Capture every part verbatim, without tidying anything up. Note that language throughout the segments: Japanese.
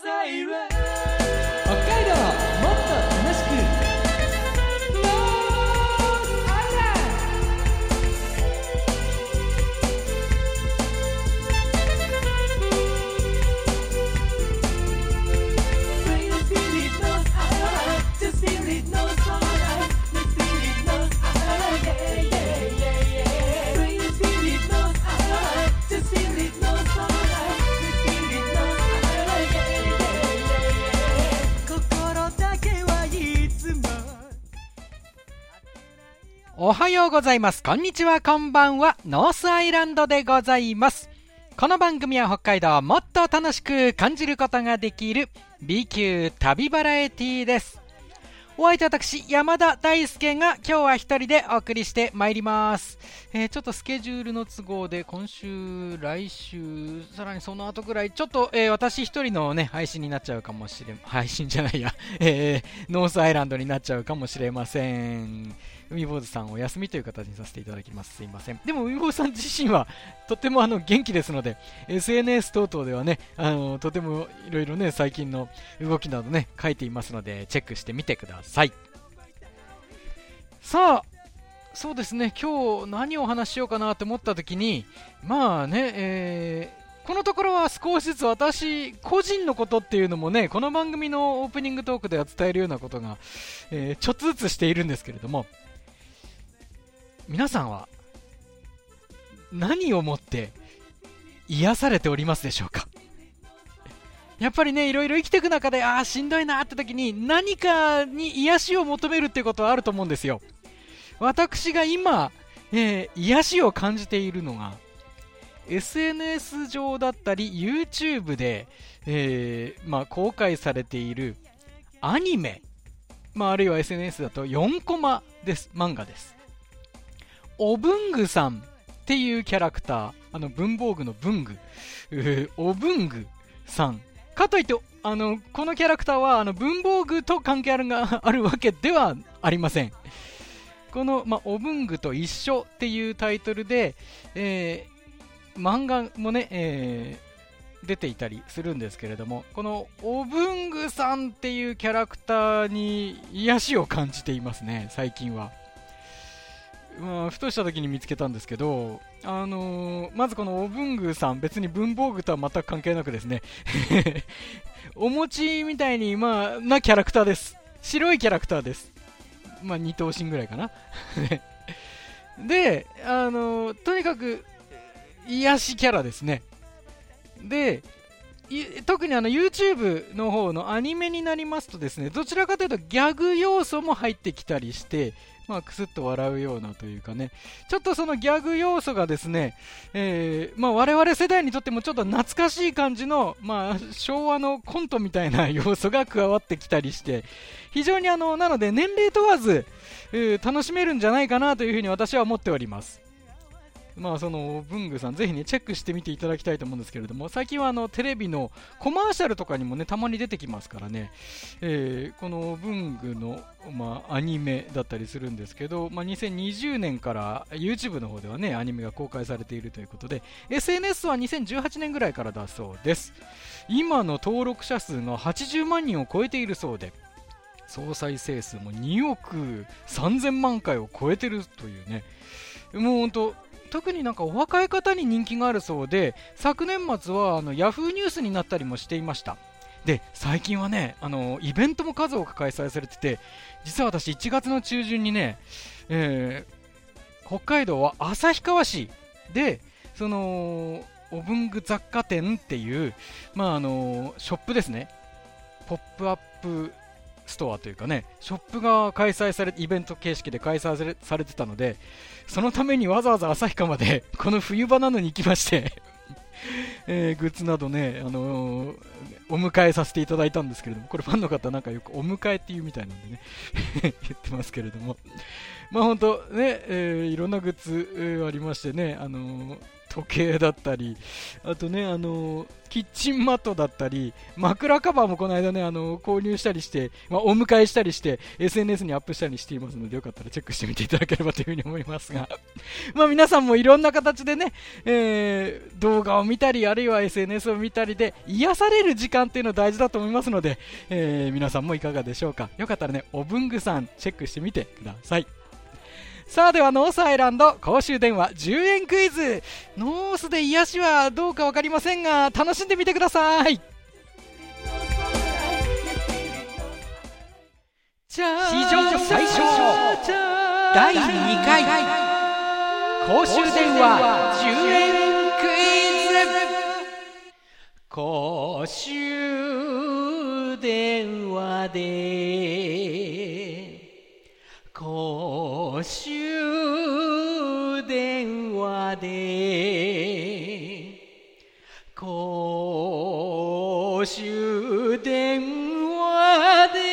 サイランド北海道もっと楽しくノースアイランド Bring the spirit knows I The spirit knows I The spirit knows I Yeah yeah yeah yeah Bring the spirit knows I The spirit knows I The spirit knows I Yeah yeah yeah yeah 心だけはいつもおはようございます。こんにちは、こんばんは。ノースアイランドでございます。この番組は北海道をもっと楽しく感じることができる B 級旅バラエティです。お相手は私、山田大輔が今日は一人でお送りしてまいります。えー、ちょっとスケジュールの都合で今週、来週、さらにその後ぐらい、ちょっと、えー、私一人のね、配信になっちゃうかもしれ、配信じゃないや、えー、ノースアイランドになっちゃうかもしれません。海坊主さんお休みという形にさせていただきます。すいません。でも海坊主さん自身はとってもあの元気ですので、 エスエヌエス 等々ではね、あのとてもいろいろね、最近の動きなどね書いていますので、チェックしてみてください。さあ、そうですね、今日何をお話ししようかなと思った時に、まあね、えー、このところは少しずつ私個人のことっていうのもね、この番組のオープニングトークでは伝えるようなことが、えー、ちょっとずつしているんですけれども、皆さんは何をもって癒されておりますでしょうか。やっぱりね、いろいろ生きていく中で、ああしんどいなって時に何かに癒しを求めるっていうことはあると思うんですよ。私が今、えー、癒しを感じているのが エスエヌエス 上だったり YouTube で、えーまあ、公開されているアニメ、まあ、あるいは エスエヌエス だとよんコマです、漫画です。お文具さんっていうキャラクター、あの文房具の文具、お文具さんかといってあのこのキャラクターはあの文房具と関係あるがあるわけではありません。この、ま、お文具と一緒っていうタイトルで、えー、漫画もね、えー、出ていたりするんですけれども、このお文具さんっていうキャラクターに癒しを感じていますね、最近は。まあ、ふとした時に見つけたんですけど、あのー、まずこのお文具さん、別に文房具とは全く関係なくですねお餅みたいに、まあ、なキャラクターです。白いキャラクターです。まあに頭身ぐらいかなで、あのー、とにかく癒しキャラですね。で、特にあの YouTube の方のアニメになりますとですね、どちらかというとギャグ要素も入ってきたりして、まあ、くすっと笑うようなというかね、ちょっとそのギャグ要素がですね、えーまあ、我々世代にとってもちょっと懐かしい感じの、まあ、昭和のコントみたいな要素が加わってきたりして、非常にあのなので年齢問わず、えー、楽しめるんじゃないかなというふうに私は思っております。まあその文具さんぜひねチェックしてみていただきたいと思うんですけれども、最近はあのテレビのコマーシャルとかにもねたまに出てきますからね、えー、この文具の、まあ、アニメだったりするんですけど、まあ、にせんにじゅうねんから YouTube の方ではねアニメが公開されているということで、 エスエヌエス はにせんじゅうはちねんぐらいからだそうです。今の登録者数がはちじゅうまんにんを超えているそうで、総再生数もにおくさんぜんまんかいを超えてるというね、もうほんと特になんかお若い方に人気があるそうで、昨年末はあのヤフーニュースになったりもしていました。で、最近はね、あのイベントも数多く開催されてて、実は私いちがつの中旬にね、えー、北海道は旭川市でそのお文具雑貨店っていう、まあ、あのショップですね、ポップアップストアというかね、ショップが開催されてイベント形式で開催され、されてたので、そのためにわざわざ旭川までこの冬場なのに行きましてえー、グッズなどね、あのー、お迎えさせていただいたんですけれども、これファンの方なんかよくお迎えっていうみたいなんでね言ってますけれども、まあ本当ね、えー、いろんなグッズ、えー、ありましてね、あのー、 時計だったり、あとね、あのキッチンマットだったり、枕カバーもこの間ね、あの購入したりして、まあ、お迎えしたりして エスエヌエス にアップしたりしていますので、よかったらチェックしてみていただければというふうに思いますがまあ皆さんもいろんな形でね、えー、動画を見たり、あるいは エスエヌエス を見たりで癒される時間っていうのは大事だと思いますので、えー、皆さんもいかがでしょうか。よかったらね、お文具さんチェックしてみてください。さあ、ではノースアイランド公衆電話じゅうえんクイズ。ノースで癒しはどうか分かりませんが、楽しんでみてください。史上最小だいにかい公衆電話じゅうえんクイズ。公衆電話で公衆電話で公衆電話で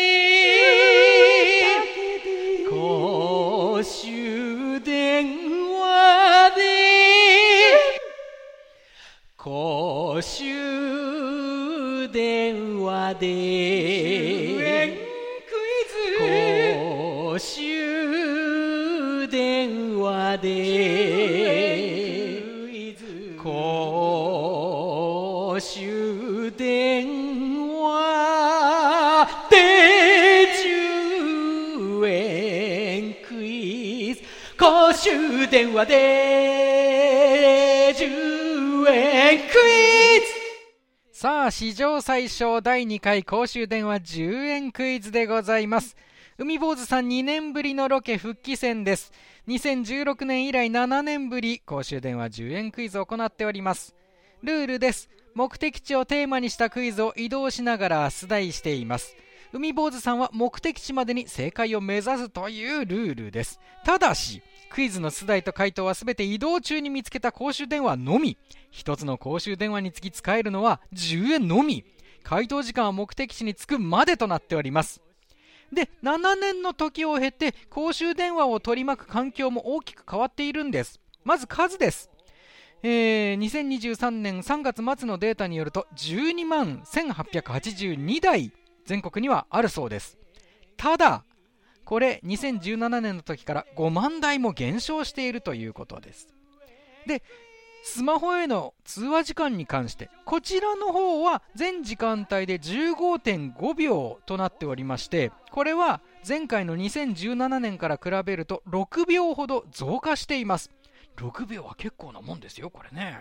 公衆電話で公衆電話で公衆電話で公衆電話でじゅうえんクイズ。公衆電話でじゅうえんクイズ。さあ、史上最小だいにかい公衆電話じゅうえんクイズでございます。海坊主さんにねんぶりのロケ復帰戦です。にせんじゅうろくねん以来ななねんぶり、公衆電話じゅうえんクイズを行っております。ルールです。目的地をテーマにしたクイズを移動しながら出題しています。海坊主さんは目的地までに正解を目指すというルールです。ただし、クイズの出題と回答はすべて移動中に見つけた公衆電話のみ。一つの公衆電話につき使えるのはじゅうえんのみ。回答時間は目的地に着くまでとなっております。で、ななねんの時を経て公衆電話を取り巻く環境も大きく変わっているんです。まず数です。えー、にせんにじゅうさんねんさんがつ末のデータによるとじゅうにまんせんはっぴゃくはちじゅうにだい全国にはあるそうです。ただこれにせんじゅうななねんの時からごまんだいも減少しているということです。で、スマホへの通話時間に関して、こちらの方は全時間帯で じゅうごてんごびょうとなっておりまして、これは前回のにせんじゅうななねんから比べるとろくびょうほど増加しています。ろくびょうは結構なもんですよ、これね。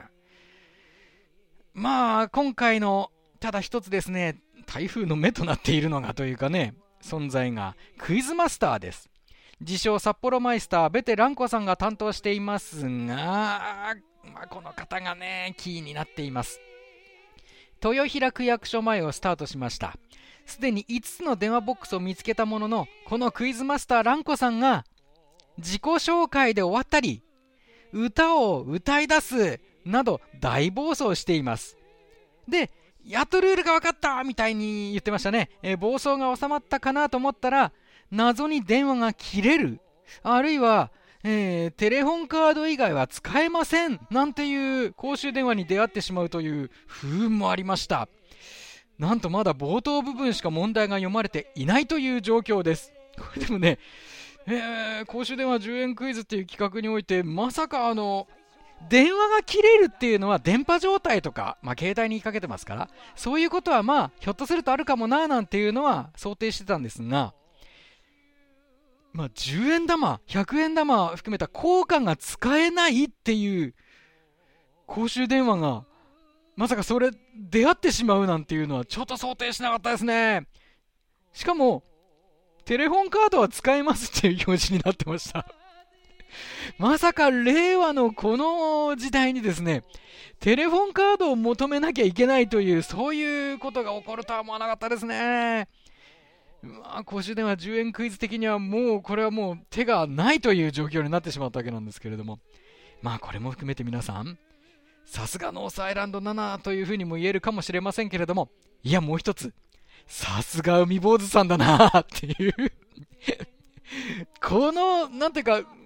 まあ今回のただ一つですね、台風の目となっているのがというかね、存在がクイズマスターです。自称札幌マイスターベテランコさんが担当していますが、まあ、この方がねキーになっています。豊平区役所前をスタートしました。すでにいつつの電話ボックスを見つけたものの、このクイズマスターランコさんが自己紹介で終わったり、歌を歌い出すなど大暴走しています。で、やっとルールが分かったみたいに言ってましたね。えー、暴走が収まったかなと思ったら、謎に電話が切れる、あるいはえー、テレホンカード以外は使えませんなんていう公衆電話に出会ってしまうという不運もありました。なんとまだ冒頭部分しか問題が読まれていないという状況です。これでもね、えー、公衆電話じゅうえんクイズっていう企画において、まさかあの電話が切れるっていうのは電波状態とか、まあ、携帯にかけてますから、そういうことはまあひょっとするとあるかもななんていうのは想定してたんですが、まあ、じゅうえん玉、ひゃくえん玉含めた硬貨が使えないっていう公衆電話がまさかそれ出会ってしまうなんていうのはちょっと想定しなかったですね。しかもテレホンカードは使えますっていう表示になってましたまさか令和のこの時代にですね、テレホンカードを求めなきゃいけないという、そういうことが起こるとは思わなかったですね。まあ、公衆電話じゅうえんクイズ的にはもうこれはもう手がないという状況になってしまったわけなんですけれども、まあこれも含めて皆さん、さすがノースアイランドななというふうにも言えるかもしれませんけれども、いやもう一つ、さすが海坊主さんだなっていうこのなんていうか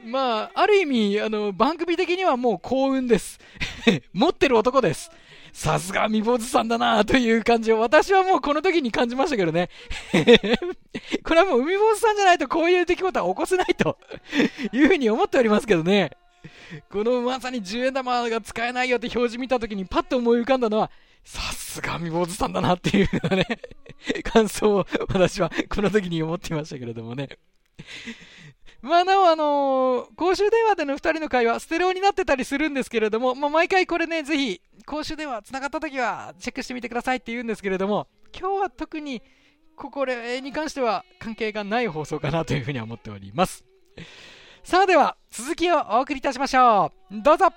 まあ、ある意味、あの、番組的にはもう幸運です。持ってる男です。さすが未坊主さんだなという感じを私はもうこの時に感じましたけどね。これはもう海坊主さんじゃないとこういう出来事は起こせないというふうに思っておりますけどね。このまさにじゅうえん玉が使えないよって表示見た時にパッと思い浮かんだのは、さすが未坊主さんだなっていうのね感想を私はこの時に思っていましたけれどもね。まあ、なお、あのー、公衆電話でのふたりの会話、ステレオになってたりするんですけれども、まあ、毎回これね、ぜひ、公衆電話つながったときは、チェックしてみてくださいって言うんですけれども、今日は特に、これに関しては、関係がない放送かなというふうに思っております。さあ、では、続きをお送りいたしましょう。どうぞ。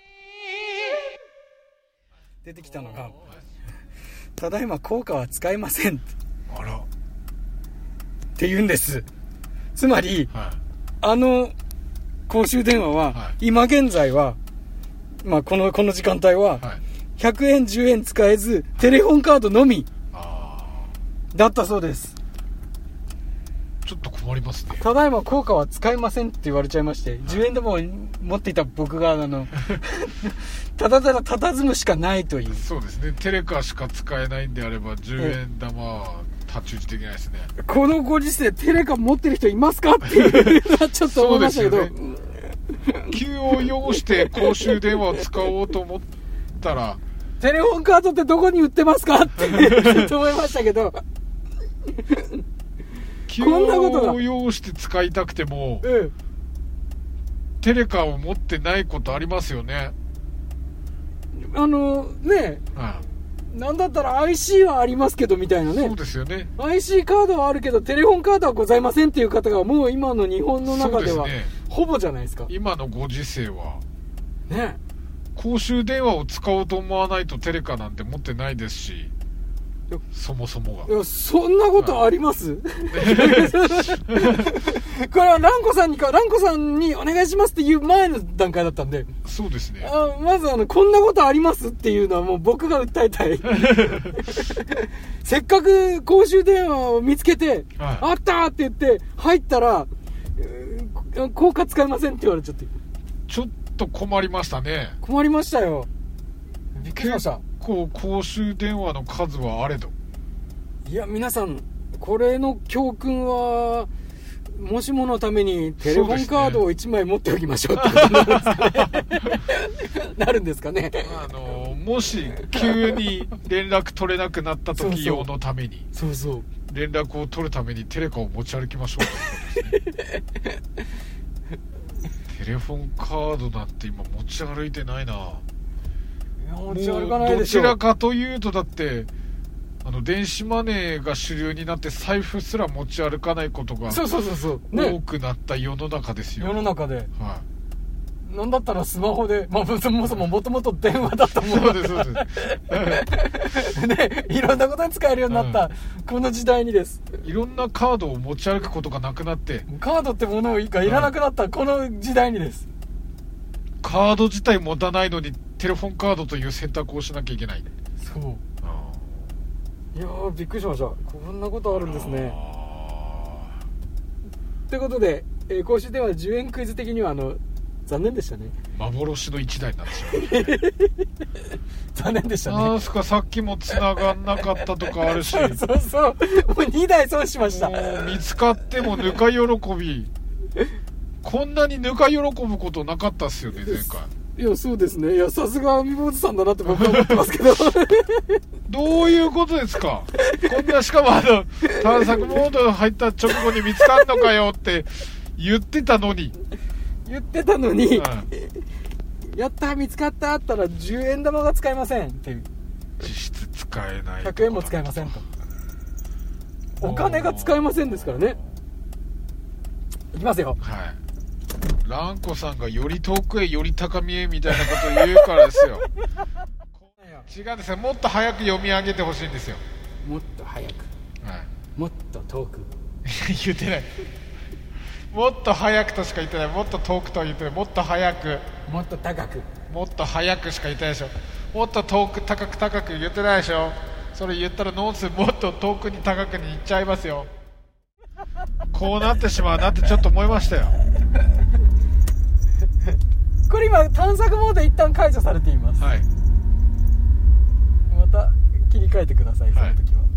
出てきたのが、ただいま効果は使えません。 あら。 って言うんです。つまり、 はい、 あの公衆電話は、はい、今現在は、まあ、このこの時間帯は、はい、ひゃくえんじゅうえん使えずテレホンカードのみだったそうです。 ちょっと困りますね。 ただいま効果は使えませんって言われちゃいまして、はい、じゅうえん玉を持っていた僕があのただただ佇むしかないという。 そうですね。テレカしか使えないんであればじゅうえん玉は太刀打ちできないですね。 このご時世テレカ持ってる人いますかっていうのはちょっと思いましたけど、ね、 急を要して公衆電話を使おうと思ったらテレホンカードってどこに売ってますかって思いましたけど急を要して使いたくても、うん、テレカを持ってないことありますよね。 あのね、はい、なんだったら アイシー はありますけどみたいなね。 そうですよね。 アイシー カードはあるけどテレホンカードはございませんっていう方がもう今の日本の中ではほぼじゃないですか。 今のご時世はね、 公衆電話を使おうと思わないとテレカなんて持ってないですし、そもそもが。 いや、そんなことあります？これはランコさんにか、ランコさんにお願いしますっていう前の段階だったんで。 そうですね。 あ、まずあの、こんなことありますっていうのはもう僕が訴えたい。せっかく公衆電話を見つけて、はい、あったーって言って入ったら、効果使えませんって言われちゃって。 ちょっと困りましたね。 困りましたよ。びっくりしました。 結構公衆電話の数はあれど。 いや、皆さんこれの教訓はもしものためにテレホンカードをいちまい持っておきましょうってことなんですかね。なるんですかね。 あのもし急に連絡取れなくなった時用のためにそうそう連絡を取るためにテレカを持ち歩きましょうということですね。テレフォンカードなんて今持ち歩いてないな。 持ち歩かないでしょ。 どちらかというとだってあの電子マネーが主流になって財布すら持ち歩かないことがそうそうそうそう、 ね、多くなった世の中ですよ。 世の中で、 はい、 なんだったらスマホで、まあ、そもそももともと電話だったもんそうですそうですね、いろんなことに使えるようになった、うん、この時代にです。 いろんなカードを持ち歩くことがなくなってカードってものがいらなくなったこの時代にです。 カード自体持たないのにテレフォンカードという選択をしなきゃいけない。 そう、いやーびっくりしました。こんなことあるんですね。ということで、えー、公衆電話じゅうえんクイズ的にはあの残念でしたね。 幻のいちだいなんですよ。 残念でしたね。 なんすかさっきも繋がんなかったとかあるしそうそうそう、もうにだい損しました。 もう見つかってもぬか喜びこんなにぬか喜ぶことなかったっすよね前回。 いやそうですね。いやさすが海坊主さんだなって僕は思ってますけどどういうことですか。こんなしかもあの探索モード入った直後に見つかんのかよって言ってたのに言ってたのに、うん、やった見つかったあったらじゅうえん玉が使えませんっていう。 実質使えない。 ひゃくえんも使えませんと。お金が使えませんですからね。いきますよ。 はい。ランコさんがより遠くへより高みへみたいなことを言うからですよ。違うんですよ。もっと早く読み上げてほしいんですよ。 もっと早く、 はい、 もっと遠く言ってない。もっと早くとしか言ってない。もっと遠くとは言ってない。もっと早く、 もっと高く、 もっと早くしか言ってないでしょ。もっと遠く高く高く言ってないでしょ。それ言ったらノースもっと遠くに高くに行っちゃいますよ。こうなってしまうなってちょっと思いましたよ。 これ今探索モード一旦解除されています。 はい。 また切り替えてください、その時は。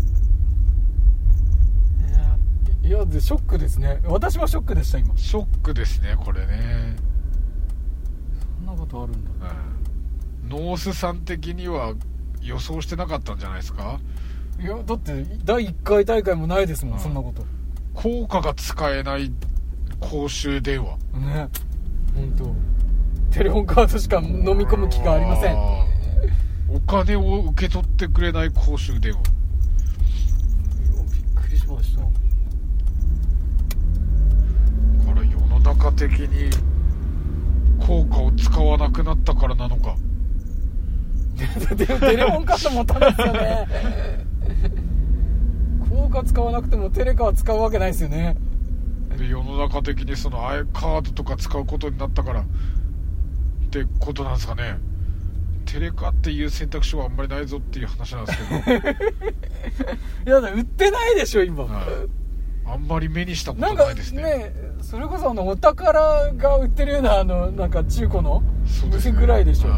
はい、いやでショックですね。私もショックでした今。 ショックですねこれね。 そんなことあるんだ。 うん、ノースさん的には予想してなかったんじゃないですか。 いやだってだいいっかい大会もないですもん、うん、そんなこと。 効果が使えない公衆電話ね。本当テレホンカードしか飲み込む気がありません。 お金を受け取ってくれない公衆電話。 びっくりしました。 だから世の中的に効果を使わなくなったからなのか。 でもテレホンカード持たないですよね。効果使わなくてもテレカは使うわけないですよね。 で世の中的にそのカードとか使うことになったからってことなんですかね。テレカっていう選択肢はあんまりないぞっていう話なんですけど。 いやだ売ってないでしょ今、 はい、あんまり目にしたことないですね。 なんかねそれこそあのお宝が売ってるようなあのなんか中古の店ぐらいでしょ。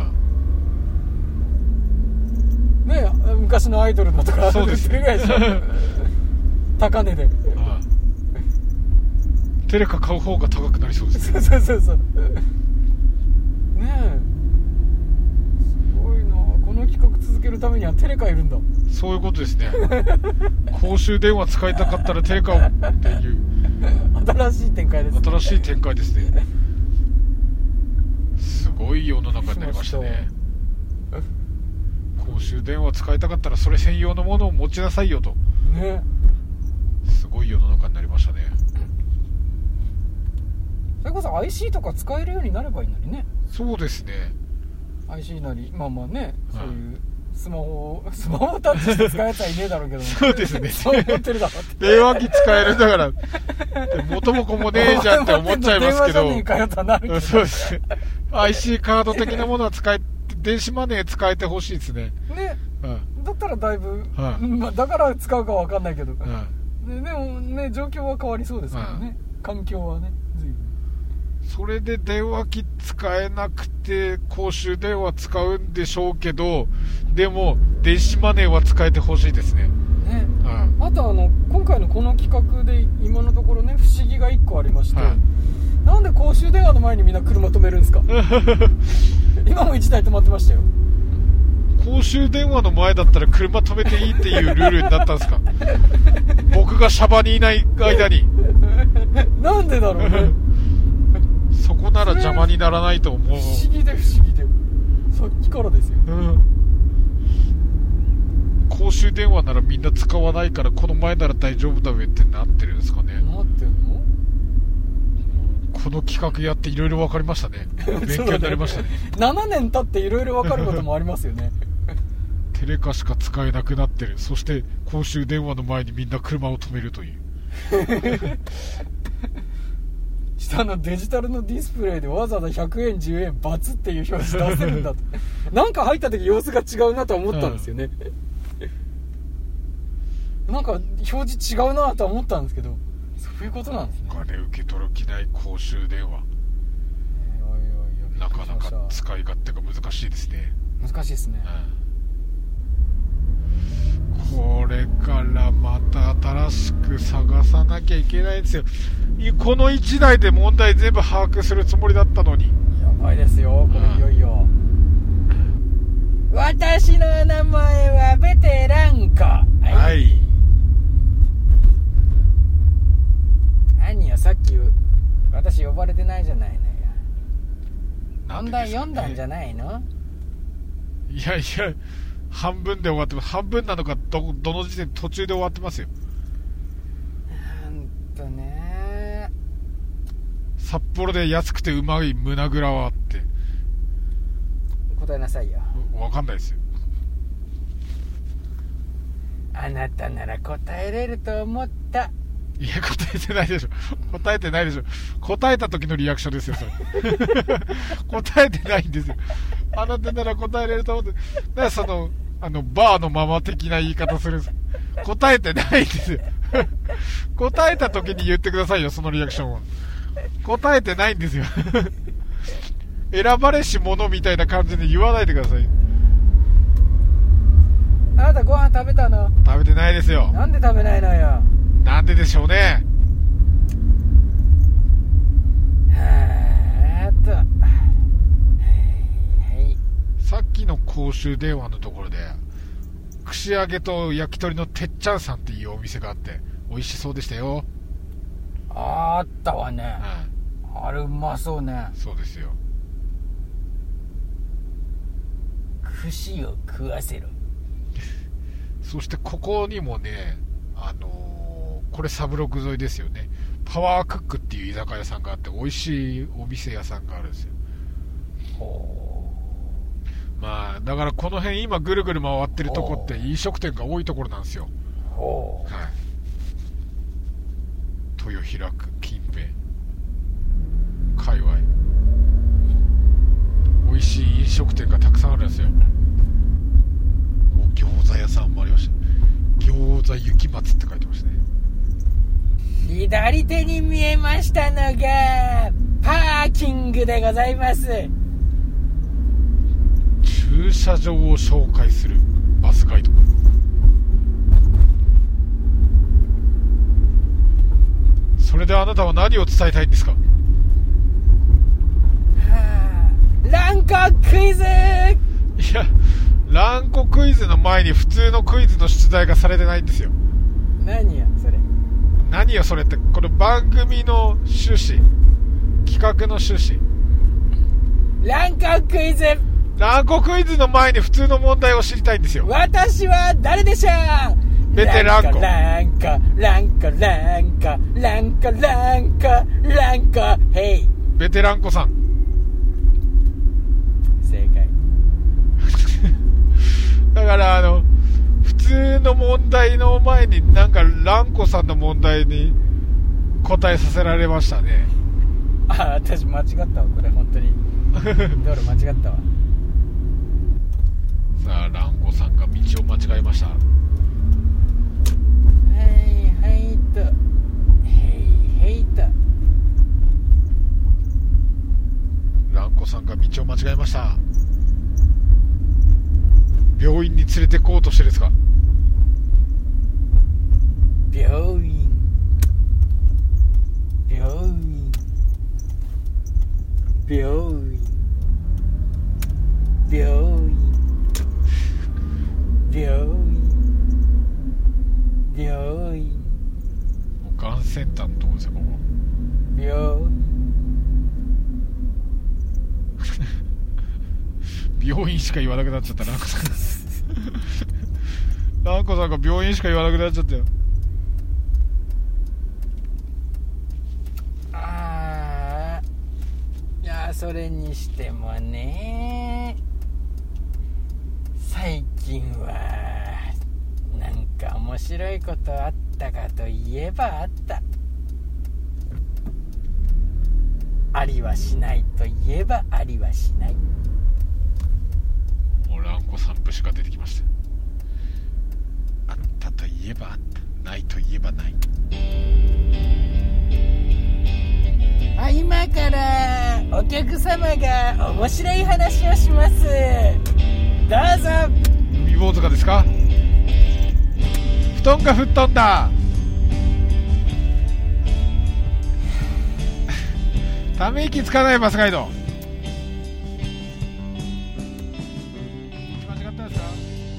ね、昔のアイドルのとかそうですね。 売ってるぐらいでしょ。高値で、はあ、テレカ買う方が高くなりそうです。 そうそうそうそうねえすごいな。この企画続けるためにはテレカいるんだ。 そういうことですね。公衆電話使いたかったらテレカをっていう新しい展開ですね。 新しい展開ですね。すごい世の中になりましたね。公衆電話使いたかったらそれ専用のものを持ちなさいよとね。 すごい世の中になりましたね。 それこそ アイシー とか使えるようになればいいのにね。 そうですね。 アイシー なりまあまあね、そういうスマホをスマホをタッチして使うやつはいねえだろうけど、ね、 そうですね。 そう思ってるだろって電話機使えるんだから元も子もねえじゃんって思っちゃいますけど。 電話じゃねえかよとなるけど。 そうですね。 アイシー カード的なものは使え電子マネー使えてほしいですね。 ね、 はい、 だったらだいぶ、 はいまあ、だから使うかわかんないけど、 はい、 で, でもね状況は変わりそうですけどね、はい、環境はね随分。 それで電話機使えなくて公衆電話使うんでしょうけど、でも電子マネーは使えてほしいですね。 ね、 はい、 あとあの今回のこの企画で今のところね不思議がいっこありまして、はい、なんで公衆電話の前にみんな車止めるんですか？今もいちだい止まってましたよ。 公衆電話の前だったら車止めていいっていうルールになったんですか？僕がシャバにいない間に。 なんでだろうね。 そこなら邪魔にならないと思う。 不思議で不思議でさっきからですよ、うん、 公衆電話ならみんな使わないからこの前なら大丈夫だべってなってるんですかね。 なってんの？ この企画やっていろいろ分かりましたね。勉強になりましたね。 ななねん経っていろいろ分かることもありますよね。 テレカしか使えなくなってる。そして公衆電話の前にみんな車を止めるという。 下のデジタルのディスプレイでわざわざひゃくえんじゅうえんバツっていう表示出せるんだと。なんか入った時様子が違うなと思ったんですよね。なんか表示違うなと思ったんですけど、そういうことなんですね。 お金受け取る気ない公衆電話、えー、なかなか使い勝手が難しいですね。 難しいですね、 うん、これからまた新しく探さなきゃいけないんですよ。このいちだいで問題全部把握するつもりだったのに。 やばいですよこれ、いよいよ、うん、私の名前はベテランコ。はい、はい、何よさっき私呼ばれてないじゃないのよ。問題読んだんじゃないの？ いやいや半分で終わってます。半分なのか ど, どの時点途中で終わってますよ。 なんとね札幌で安くてうまい胸ぐらはって答えなさいよ。 分かんないですよ。 あなたなら答えれると思った。 いや答えてないでしょ。答えてないでしょ。答えた時のリアクションですよそれ。答えてないんですよ。あなたなら答えれると思って。だからそのあのバーのママ的な言い方するんです。答えてないんですよ。答えた時に言ってくださいよそのリアクションは。答えてないんですよ。 選ばれし者みたいな感じで言わないでください。 あなたご飯食べたの？ 食べてないですよ。 なんで食べないのよ。 なんででしょうね。 はーっと、はいはい。 さっきの公衆電話のところで串揚げと焼き鳥のてっちゃんさんっていうお店があって美味しそうでしたよ。 あったわね。 はあれうまそうね。 い、そうですよ。 串を食わせろ。 そしてここにもね、あのー、これサブロク沿いですよね。パワークックっていう居酒屋さんがあって美味しいお店屋さんがあるんですよ。 ほまあだからこの辺今ぐるぐる回ってるとこって飲食店が多いところなんですよ。 うほう。 はい。豊平区近辺界隈美味しい飲食店がたくさんあるんですよ。お餃子屋さんもありました。餃子雪松って書いてましたね。 左手に見えましたのがパーキングでございます。 駐車場を紹介するバスガイド。それであなたは何を伝えたいんですか？ はあ、ランコクイズ。 いや、ランコクイズの前に普通のクイズの出題がされてないんですよ。 何やそれ。 何よそれって。これ番組の趣旨、企画の趣旨。 ランコクイズ。 ランコクイズの前に普通の問題を知りたいんですよ。 私は誰でしょう？ ベテランコ。 ランコランコランコランコランコランコヘイ。 ベテランコさん。 正解。 だからあの普通の問題の前になんかランコさんの問題に答えさせられましたね。 あ、私間違ったわこれ本当に。道路間違ったわ。 さあランコさんが道を間違えました。 はいはいとへいへいと。 ランコさんが道を間違えました。病院に連れて行こうとしてですか？ 病院病院病院病院病院病院もうがんセンターのとこですよここ。 病院病院しか言わなくなっちゃったランコさんランコさんが病院しか言わなくなっちゃったよ。 ああ、いやそれにしてもね、最近はなんか面白いことあったかといえばあった。ありはしないといえばありはしない。 もうランコさん節が出てきました。あったといえばあった、ないといえばない。 あ、今からお客様が面白い話をします。どうぞ。 海坊主がですか？布団が吹っ飛んだため息つかないバスガイド。間違ったですか？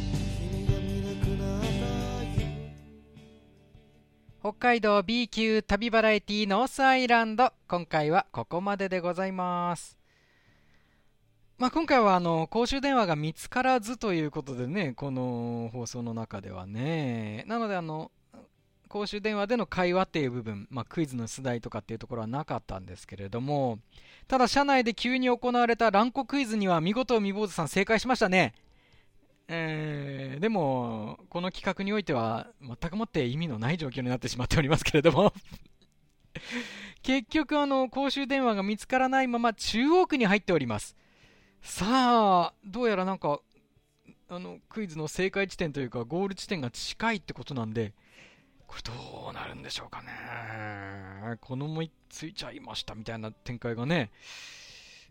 北海道 B 級旅バラエティノースアイランド、今回はここまででございます。まあ、今回はあの公衆電話が見つからずということでね、この放送の中ではね、なのであの公衆電話での会話っていう部分、まあ、クイズの出題とかっていうところはなかったんですけれども、ただ社内で急に行われたランコクイズには見事未坊主さん正解しましたね。えー、でもこの企画においては全くもって意味のない状況になってしまっておりますけれども結局あの公衆電話が見つからないまま中央区に入っております。さあどうやらなんかあのクイズの正解地点というかゴール地点が近いってことなんで、これどうなるんでしょうかね。この思いついちゃいましたみたいな展開がね、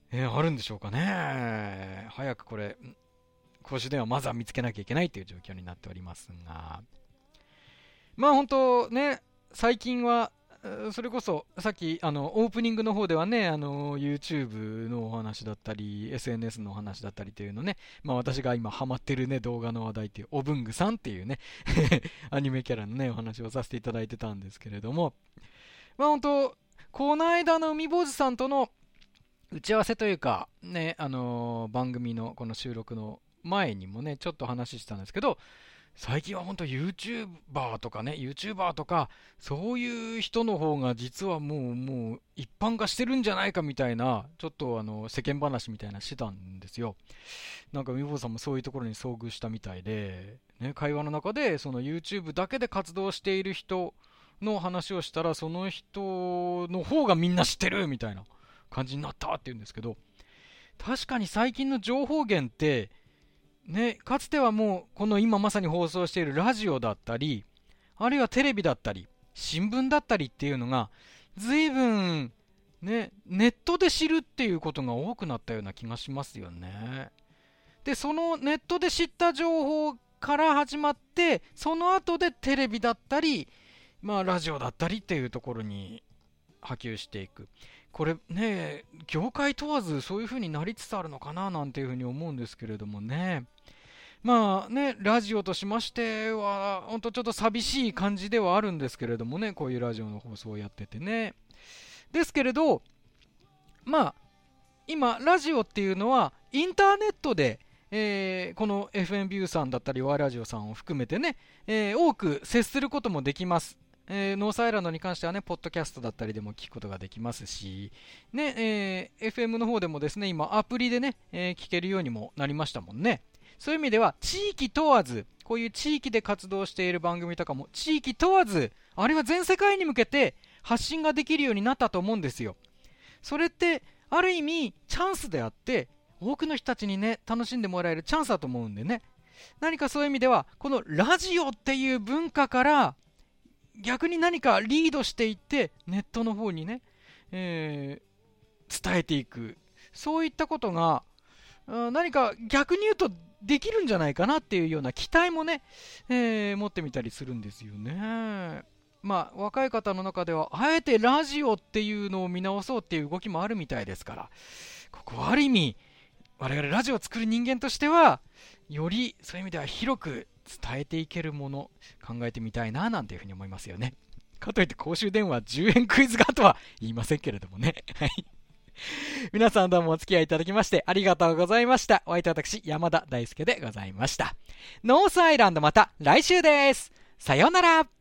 えーあるんでしょうかね。早くこれ、公衆電話まずは見つけなきゃいけないという状況になっておりますが、まあ本当ね、最近は、それこそさっきあのオープニングの方ではね、あの YouTube のお話だったり エスエヌエス のお話だったりというのね、まあ私が今ハマってるね動画の話題っていうおぶんぐさんっていうねアニメキャラのねお話をさせていただいてたんですけれども、まあ本当この間の海坊主さんとの打ち合わせというかね、あの番組のこの収録の前にもねちょっと話したんですけど、最近は本当 YouTuber とかね YouTuber とかそういう人の方が実はもうもう一般化してるんじゃないかみたいなちょっとあの世間話みたいなしてたんですよ。なんかみぼうさんもそういうところに遭遇したみたいで、ね、会話の中でその YouTube だけで活動している人の話をしたらその人の方がみんな知ってるみたいな感じになったって言うんですけど、確かに最近の情報源ってね、かつてはもうこの今まさに放送しているラジオだったりあるいはテレビだったり新聞だったりっていうのが随分ねネットで知るっていうことが多くなったような気がしますよね。でそのネットで知った情報から始まってその後でテレビだったりまあラジオだったりっていうところに波及していく。これね業界問わずそういう風になりつつあるのかななんていう風に思うんですけれどもね。まあねラジオとしましては本当ちょっと寂しい感じではあるんですけれどもね、こういうラジオの放送をやっててね。ですけれどまあ今ラジオっていうのはインターネットで、えー、この エフエム ビューさんだったり Y ラジオさんを含めてね、えー、多く接することもできます。えー、ノースアイランドに関してはね、ポッドキャストだったりでも聞くことができますし、ね、えー、エフエム の方でもですね、今アプリでね、えー、聞けるようにもなりましたもんね。そういう意味では、地域問わず、こういう地域で活動している番組とかも、地域問わず、あるいは全世界に向けて発信ができるようになったと思うんですよ。それって、ある意味、チャンスであって、多くの人たちにね、楽しんでもらえるチャンスだと思うんでね。何かそういう意味では、このラジオっていう文化から、逆に何かリードしていってネットの方にね、えー、伝えていく、そういったことが何か逆に言うとできるんじゃないかなっていうような期待もね、えー、持ってみたりするんですよね。まあ若い方の中ではあえてラジオっていうのを見直そうっていう動きもあるみたいですから、ここはある意味我々ラジオを作る人間としてはよりそういう意味では広く伝えていけるもの考えてみたいななんていうふうに思いますよね。かといって公衆電話じゅうえんクイズがとは言いませんけれどもね。はい皆さんどうもお付き合いいただきましてありがとうございました。お相手は私山田大輔でございました。ノースアイランドまた来週です。さようなら。